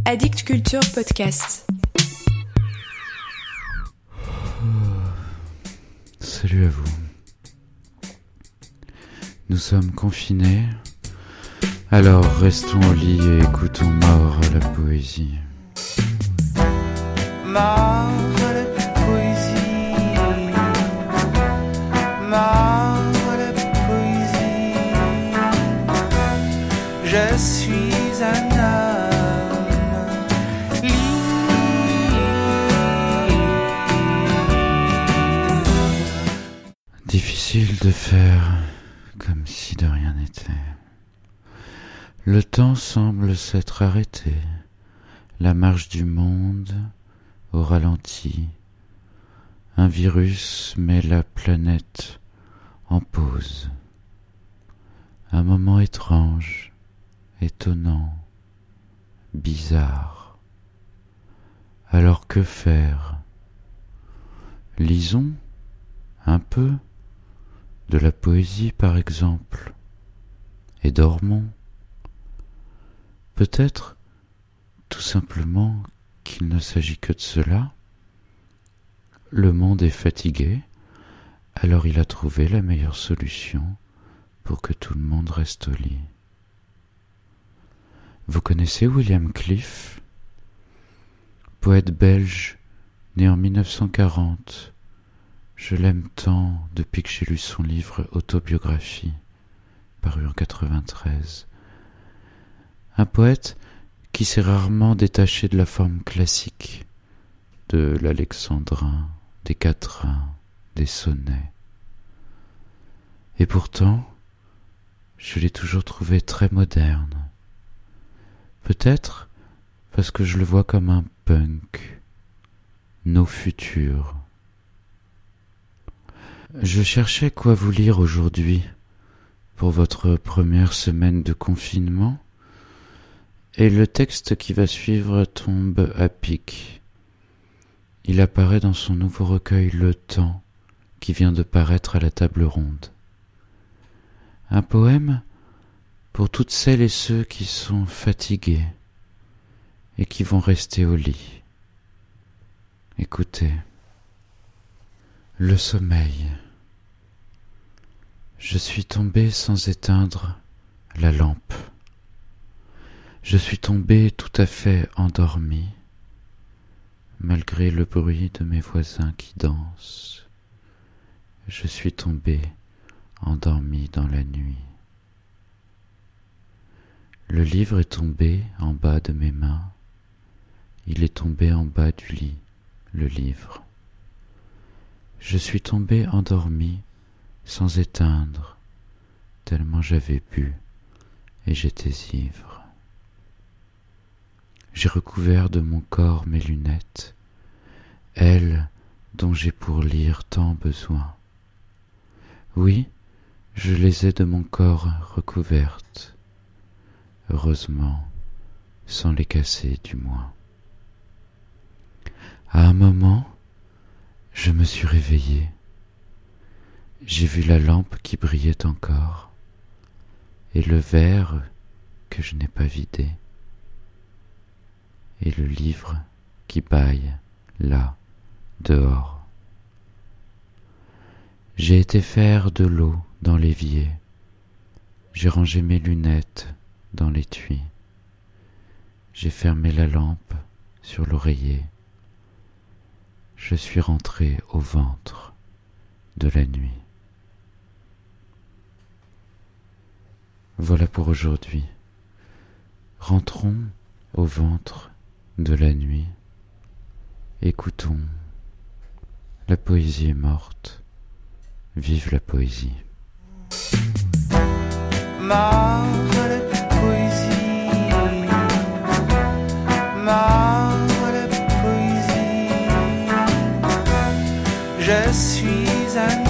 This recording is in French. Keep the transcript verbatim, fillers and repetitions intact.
Addict Culture Podcast. Salut à vous. Nous sommes confinés, alors restons au lit et écoutons mort la poésie. Mort la poésie, mort la poésie. Je suis un homme libre. Difficile de faire comme si de rien n'était. Le temps semble s'être arrêté, la marche du monde au ralenti. Un virus met la planète en pause. Un moment étrange, étonnant, bizarre. Alors que faire? Lisons un peu de la poésie par exemple, et dormons. Peut-être tout simplement qu'il ne s'agit que de cela. Le monde est fatigué, alors il a trouvé la meilleure solution pour que tout le monde reste au lit. Vous connaissez William Cliff, poète belge né en mille neuf cent quarante. Je l'aime tant depuis que j'ai lu son livre Autobiographie, paru en quatre-vingt-treize. Un poète qui s'est rarement détaché de la forme classique, de l'alexandrin, des quatrains, des sonnets. Et pourtant, je l'ai toujours trouvé très moderne. Peut-être parce que je le vois comme un punk, nos futurs. Je cherchais quoi vous lire aujourd'hui pour votre première semaine de confinement, et le texte qui va suivre tombe à pic. Il apparaît dans son nouveau recueil Le Temps, qui vient de paraître à la Table Ronde. Un poème pour toutes celles et ceux qui sont fatigués et qui vont rester au lit. Écoutez. Le sommeil. Je suis tombé sans éteindre la lampe. Je suis tombé tout à fait endormi, malgré le bruit de mes voisins qui dansent. Je suis tombé endormi dans la nuit. Le livre est tombé en bas de mes mains. Il est tombé en bas du lit, le livre. Je suis tombé endormi sans éteindre, tellement j'avais bu et j'étais ivre. J'ai recouvert de mon corps mes lunettes, elles dont j'ai pour lire tant besoin. Oui, je les ai de mon corps recouvertes, heureusement, sans les casser du moins. À un moment, je me suis réveillé. J'ai vu la lampe qui brillait encore et le verre que je n'ai pas vidé et le livre qui bâille là, dehors. J'ai été faire de l'eau dans l'évier. J'ai rangé mes lunettes dans l'étui. J'ai fermé la lampe sur l'oreiller. Je suis rentré au ventre de la nuit. Voilà pour aujourd'hui. Rentrons au ventre de la nuit. Écoutons. La poésie est morte. Vive la poésie. Mort la poésie, mort la poésie. Je suis un